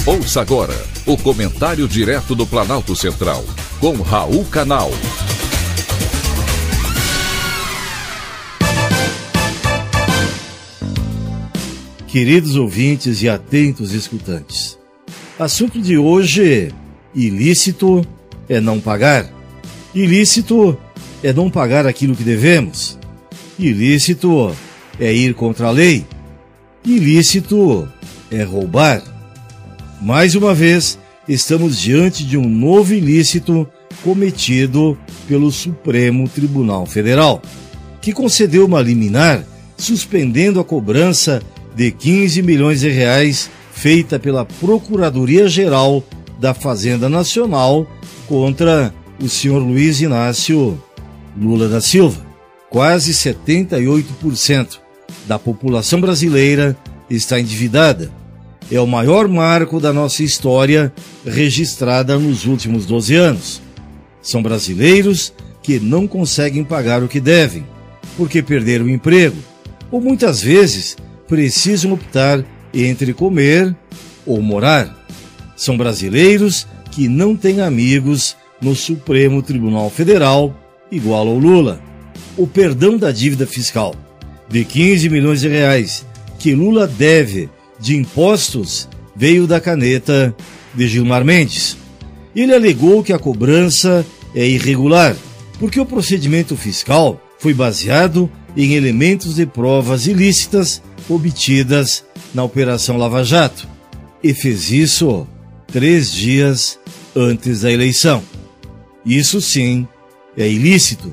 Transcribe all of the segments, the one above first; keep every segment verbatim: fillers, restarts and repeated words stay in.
Ouça agora o comentário direto do Planalto Central, com Raul Canal. Queridos ouvintes e atentos escutantes, assunto de hoje: ilícito é não pagar. Ilícito é não pagar aquilo que devemos. Ilícito é ir contra a lei. Ilícito é roubar. Mais uma vez, estamos diante de um novo ilícito cometido pelo Supremo Tribunal Federal, que concedeu uma liminar suspendendo a cobrança de quinze milhões de reais feita pela Procuradoria-Geral da Fazenda Nacional contra o senhor Luiz Inácio Lula da Silva. Quase setenta e oito por cento da população brasileira está endividada. É o maior marco da nossa história registrada nos últimos doze anos. São brasileiros que não conseguem pagar o que devem, porque perderam o emprego, ou muitas vezes precisam optar entre comer ou morar. São brasileiros que não têm amigos no Supremo Tribunal Federal, igual ao Lula. O perdão da dívida fiscal de quinze milhões de reais que Lula deve de impostos veio da caneta de Gilmar Mendes. Ele alegou que a cobrança é irregular, porque o procedimento fiscal foi baseado em elementos de provas ilícitas obtidas na Operação Lava Jato, e fez isso três dias antes da eleição. Isso sim é ilícito.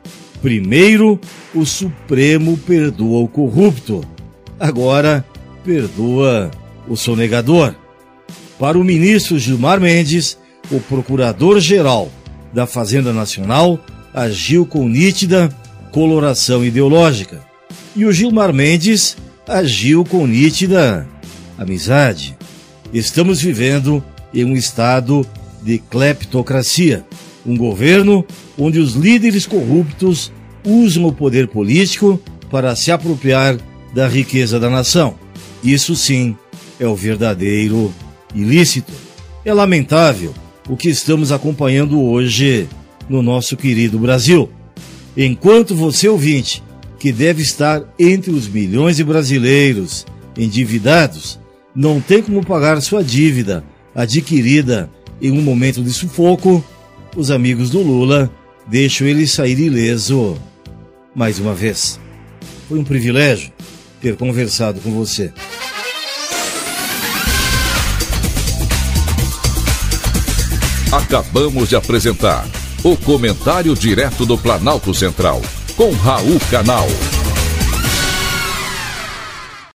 Primeiro, o Supremo perdoa o corrupto. Agora, perdoa o sonegador. Para o ministro Gilmar Mendes, o procurador-geral da Fazenda Nacional agiu com nítida coloração ideológica. E o Gilmar Mendes agiu com nítida amizade. Estamos vivendo em um estado de cleptocracia, um governo onde os líderes corruptos usam o poder político para se apropriar da riqueza da nação. Isso sim é o verdadeiro ilícito. É lamentável o que estamos acompanhando hoje no nosso querido Brasil. Enquanto você, ouvinte, que deve estar entre os milhões de brasileiros endividados, não tem como pagar sua dívida adquirida em um momento de sufoco, os amigos do Lula deixam ele sair ileso mais uma vez. Foi um privilégio ter conversado com você. Acabamos de apresentar o comentário direto do Planalto Central, com Raul Canal.